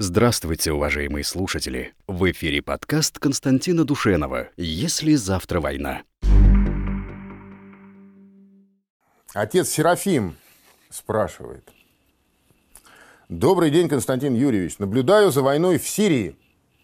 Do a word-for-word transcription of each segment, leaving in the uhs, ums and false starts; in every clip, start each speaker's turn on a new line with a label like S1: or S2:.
S1: Здравствуйте, уважаемые слушатели! В эфире подкаст Константина Душенова «Если завтра война».
S2: Отец Серафим спрашивает. Добрый день, Константин Юрьевич. Наблюдаю за войной в Сирии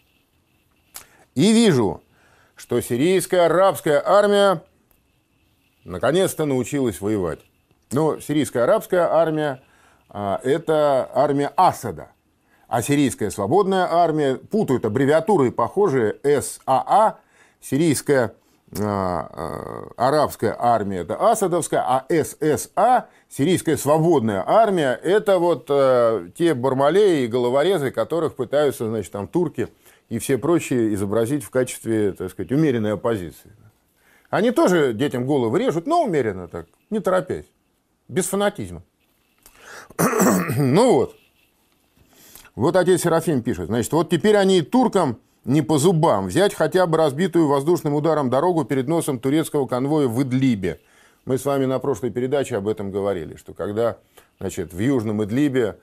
S2: и вижу, что сирийская арабская армия наконец-то научилась воевать. Но сирийская арабская армия а, – это армия Асада. А сирийская свободная армия, путают аббревиатуры похожие, эс а а, сирийская э, э, арабская армия, это асадовская, а эс эс а, сирийская свободная армия, это вот э, те бармалеи и головорезы, которых пытаются, значит, там турки и все прочие изобразить в качестве, так сказать, умеренной оппозиции. Они тоже детям головы режут, но умеренно так, не торопясь, без фанатизма. Ну вот. Вот отец Серафим пишет. Значит, вот теперь они и туркам не по зубам. Взять хотя бы разбитую воздушным ударом дорогу перед носом турецкого конвоя в Идлибе. Мы с вами на прошлой передаче об этом говорили, что когда, значит, в Южном Идлибе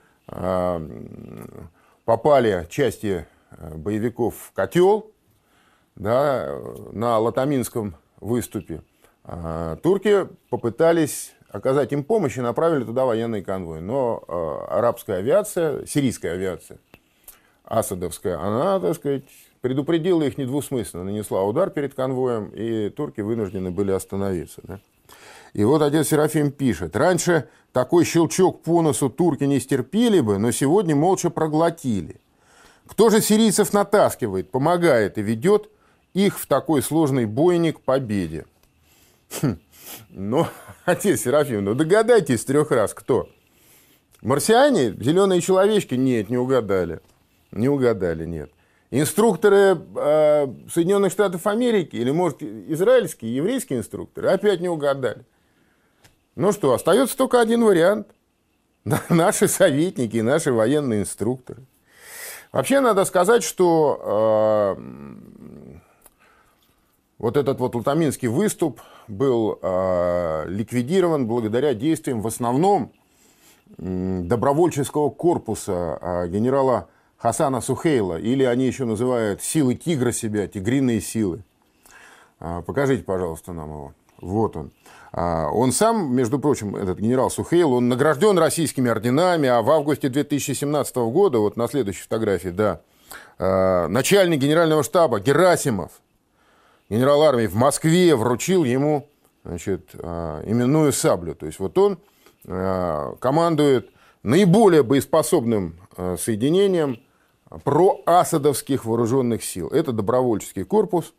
S2: э, попали части боевиков в котел, да, на Латаминском выступе, э, турки попытались оказать им помощь и направили туда военный конвой. Но э, арабская авиация, сирийская авиация, асадовская, она, так сказать, предупредила их недвусмысленно, нанесла удар перед конвоем, и турки вынуждены были остановиться. Да? И вот отец Серафим пишет. Раньше такой щелчок по носу турки не стерпели бы, но сегодня молча проглотили. Кто же сирийцев натаскивает, помогает и ведет их в такой сложный бойни к победе? Хм. Ну, отец Серафим, ну догадайтесь с трех раз, кто? Марсиане? Зеленые человечки? Нет, не угадали. Не угадали, нет. Инструкторы э, Соединенных Штатов Америки? Или, может, израильские, еврейские инструкторы? Опять не угадали. Ну что, остается только один вариант. Наши советники, наши военные инструкторы. Вообще, надо сказать, что... Э, Вот этот вот Латаминский выступ был э, ликвидирован благодаря действиям в основном э, добровольческого корпуса э, генерала Хасана Сухейла, или они еще называют силы тигра себя, тигриные силы. Э, покажите, пожалуйста, нам его. Вот он. Э, он сам, между прочим, этот генерал Сухейл, он награжден российскими орденами, а в августе две тысячи семнадцатого года, вот на следующей фотографии, да, э, начальник генерального штаба Герасимов, генерал армии, в Москве вручил ему, значит, именную саблю. То есть вот он командует наиболее боеспособным соединением проасадовских вооруженных сил. Это добровольческий корпус.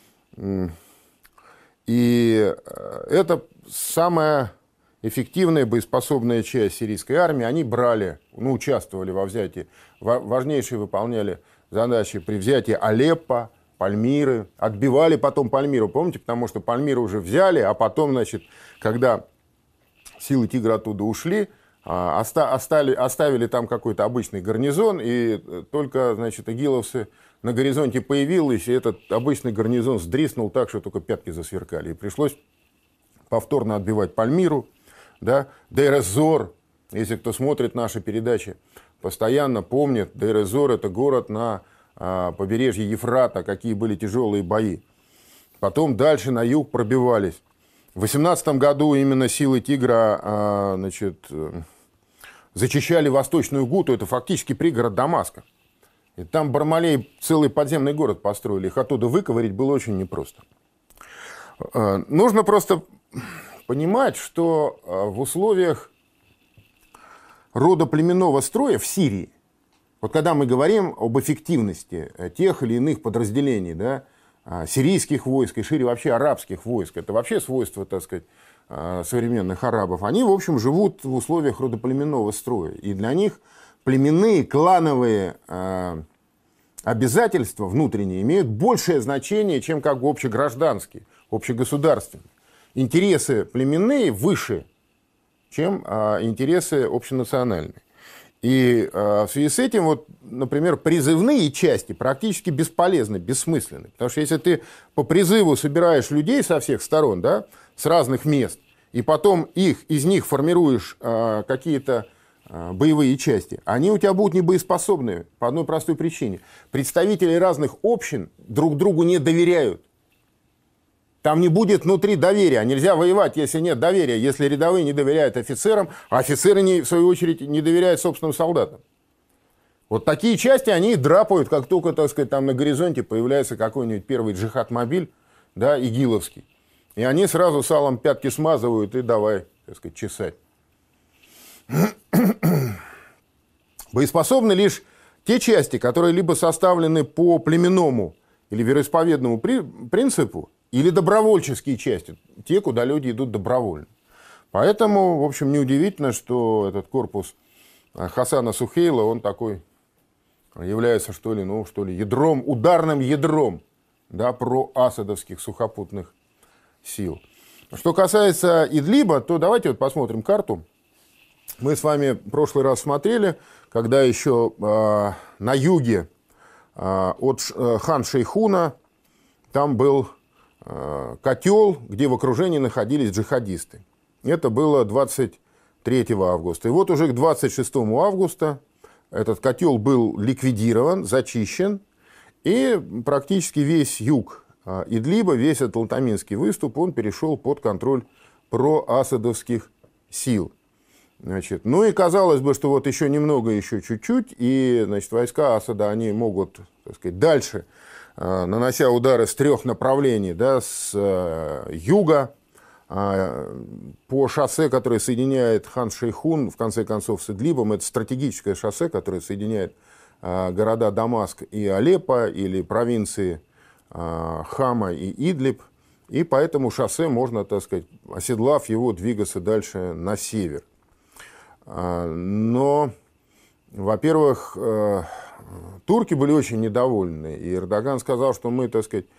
S2: И это самая эффективная боеспособная часть сирийской армии. Они брали, ну, участвовали во взятии, важнейшие выполняли задачи при взятии Алеппо, Пальмиры, отбивали потом Пальмиру, помните, потому что Пальмиру уже взяли, а потом, значит, когда силы тигра оттуда ушли, оставили, оставили там какой-то обычный гарнизон, и только, значит, игиловцы на горизонте появились, и этот обычный гарнизон сдриснул так, что только пятки засверкали, и пришлось повторно отбивать Пальмиру, да, Дейр-эз-Зор, если кто смотрит наши передачи, постоянно помнит, Дейр-эз-Зор — это город на побережье Ефрата, какие были тяжелые бои. Потом дальше на юг пробивались. В две тысячи восемнадцатом году именно силы тигра, значит, зачищали Восточную Гуту, это фактически пригород Дамаска. И там Бармалей целый подземный город построили, их оттуда выковырять было очень непросто. Нужно просто понимать, что в условиях родоплеменного строя в Сирии, вот когда мы говорим об эффективности тех или иных подразделений, да, сирийских войск и шире вообще арабских войск, это вообще свойство, так сказать, современных арабов, они, в общем, живут в условиях родоплеменного строя. И для них племенные, клановые обязательства внутренние имеют большее значение, чем как бы общегражданские, общегосударственные. Интересы племенные выше, чем интересы общенациональные. И э, в связи с этим, вот, например, призывные части практически бесполезны, бессмысленны. Потому что если ты по призыву собираешь людей со всех сторон, да, с разных мест, и потом их, из них формируешь э, какие-то боевые части, они у тебя будут небоеспособные по одной простой причине. Представители разных общин друг другу не доверяют. Там не будет внутри доверия. Нельзя воевать, если нет доверия. Если рядовые не доверяют офицерам, а офицеры, не, в свою очередь, не доверяют собственным солдатам. Вот такие части, они драпают, как только, так сказать, там на горизонте появляется какой-нибудь первый джихад-мобиль, да, игиловский. И они сразу салом пятки смазывают и давай, так сказать, чесать. Боеспособны лишь те части, которые либо составлены по племенному или вероисповедному принципу, или добровольческие части, те, куда люди идут добровольно. Поэтому, в общем, неудивительно, что этот корпус Хасана Сухейла, он такой является, что ли, ну, что ли, ядром, ударным ядром, да, проасадовских сухопутных сил. Что касается Идлиба, то давайте вот посмотрим карту. Мы с вами в прошлый раз смотрели, когда еще э, на юге э, от э, Хан-Шейхуна там был э, котел, где в окружении находились джихадисты. Это было двадцать третьего августа. И вот уже к двадцать шестому августа этот котел был ликвидирован, зачищен, и практически весь юг э, Идлиба, весь этот Алтаминский выступ, он перешел под контроль проасадовских сил. Значит, ну и казалось бы, что вот еще немного, еще чуть-чуть, и, значит, войска Асада, они могут, так сказать, дальше, э, нанося удары с трех направлений, да, с э, юга, э, по шоссе, которое соединяет Хан-Шейхун, в конце концов, с Идлибом, это стратегическое шоссе, которое соединяет э, города Дамаск и Алеппо, или провинции э, Хама и Идлиб, и по этому шоссе можно, так сказать, оседлав его, двигаться дальше на север. Но, во-первых, турки были очень недовольны, и Эрдоган сказал, что мы, так сказать,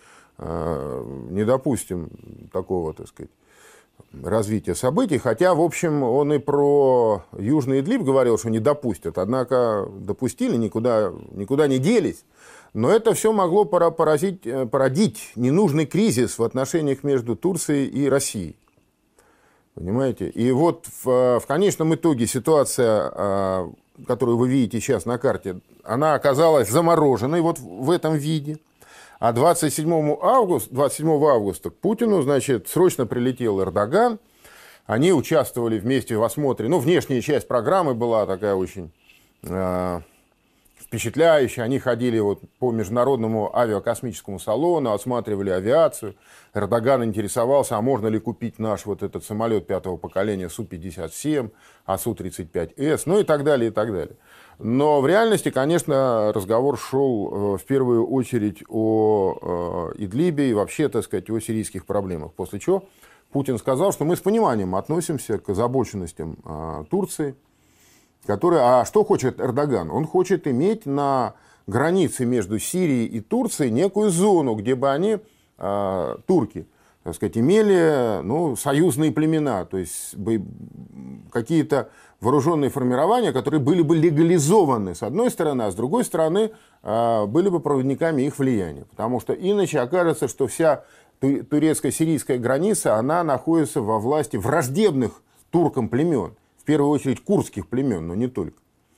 S2: не допустим такого, так сказать, развития событий, хотя, в общем, он и про Южный Идлиб говорил, что не допустят, однако допустили, никуда, никуда не делись, но это все могло поразить, породить ненужный кризис в отношениях между Турцией и Россией. Понимаете? И вот в, в конечном итоге ситуация, которую вы видите сейчас на карте, она оказалась замороженной вот в этом виде. А двадцать седьмого августа, двадцать седьмого августа к Путину, значит, срочно прилетел Эрдоган. Они участвовали вместе в осмотре. Ну, внешняя часть программы была такая очень э, впечатляющая. Они ходили вот по международному авиакосмическому салону, осматривали авиацию. Эрдоган интересовался, а можно ли купить наш вот этот самолет пятого поколения Су пятьдесят семь, а Су тридцать пять эс, ну и так далее, и так далее. Но в реальности, конечно, разговор шел в первую очередь о Идлибе и вообще, так сказать, о сирийских проблемах. После чего Путин сказал, что мы с пониманием относимся к озабоченностям Турции, которая... А что хочет Эрдоган? Он хочет иметь на границе между Сирией и Турцией некую зону, где бы они... турки, так сказать, имели, ну, союзные племена, то есть какие-то вооруженные формирования, которые были бы легализованы с одной стороны, а с другой стороны были бы проводниками их влияния. Потому что иначе окажется, что вся турецко-сирийская граница, она находится во власти враждебных туркам племен, в первую очередь курдских племен, но не только.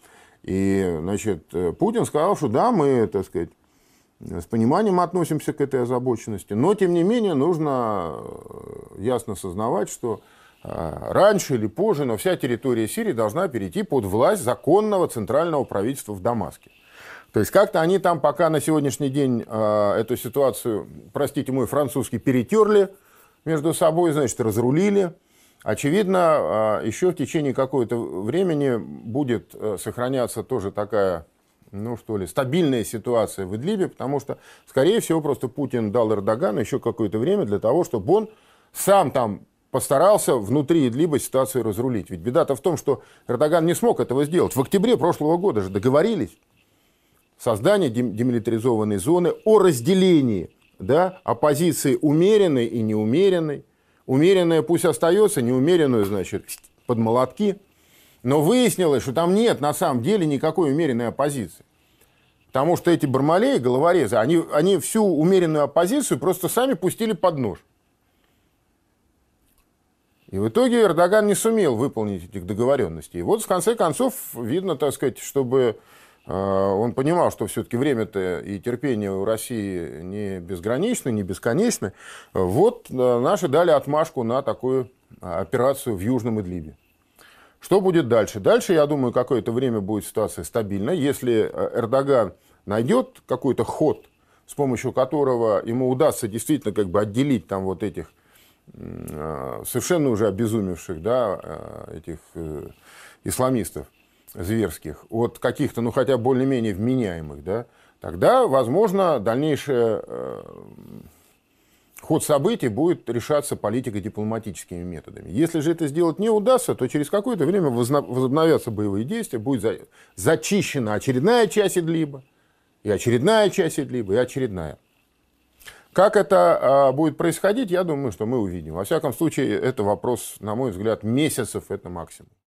S2: И, значит, Путин сказал, что да, мы, так сказать, с пониманием относимся к этой озабоченности, но, тем не менее, нужно ясно сознавать, что раньше или позже, но вся территория Сирии должна перейти под власть законного центрального правительства в Дамаске. То есть как-то они там пока на сегодняшний день эту ситуацию, простите мой французский, перетерли между собой, значит, разрулили. Очевидно, еще в течение какого-то времени будет сохраняться тоже такая... ну, что ли, стабильная ситуация в Идлибе, потому что, скорее всего, просто Путин дал Эрдогану еще какое-то время для того, чтобы он сам там постарался внутри Идлиба ситуацию разрулить. Ведь беда-то в том, что Эрдоган не смог этого сделать. В октябре прошлого года же договорились создание демилитаризованной зоны о разделении, да, оппозиции умеренной и неумеренной. Умеренная пусть остается, неумеренную, значит, под молотки. Но выяснилось, что там нет на самом деле никакой умеренной оппозиции. Потому что эти бармалеи, головорезы, они, они всю умеренную оппозицию просто сами пустили под нож. И в итоге Эрдоган не сумел выполнить этих договоренностей. И вот, в конце концов, видно, так сказать, чтобы э, он понимал, что все-таки время-то и терпение у России не безгранично, не бесконечно. Вот э, наши дали отмашку на такую операцию в Южном Идлибе. Что будет дальше? Дальше, я думаю, какое-то время будет ситуация стабильна. Если Эрдоган найдет какой-то ход, с помощью которого ему удастся действительно как бы отделить там вот этих совершенно уже обезумевших, да, этих исламистов зверских от каких-то, ну, хотя более-менее вменяемых, да, тогда, возможно, дальнейший ход событий будет решаться политико-дипломатическими методами. Если же это сделать не удастся, то через какое-то время возобновятся боевые действия, будет зачищена очередная часть Идлиба, и очередная часть Идлиба, и очередная. Как это а, будет происходить, я думаю, что мы увидим. Во всяком случае, это вопрос, на мой взгляд, месяцев, это максимум.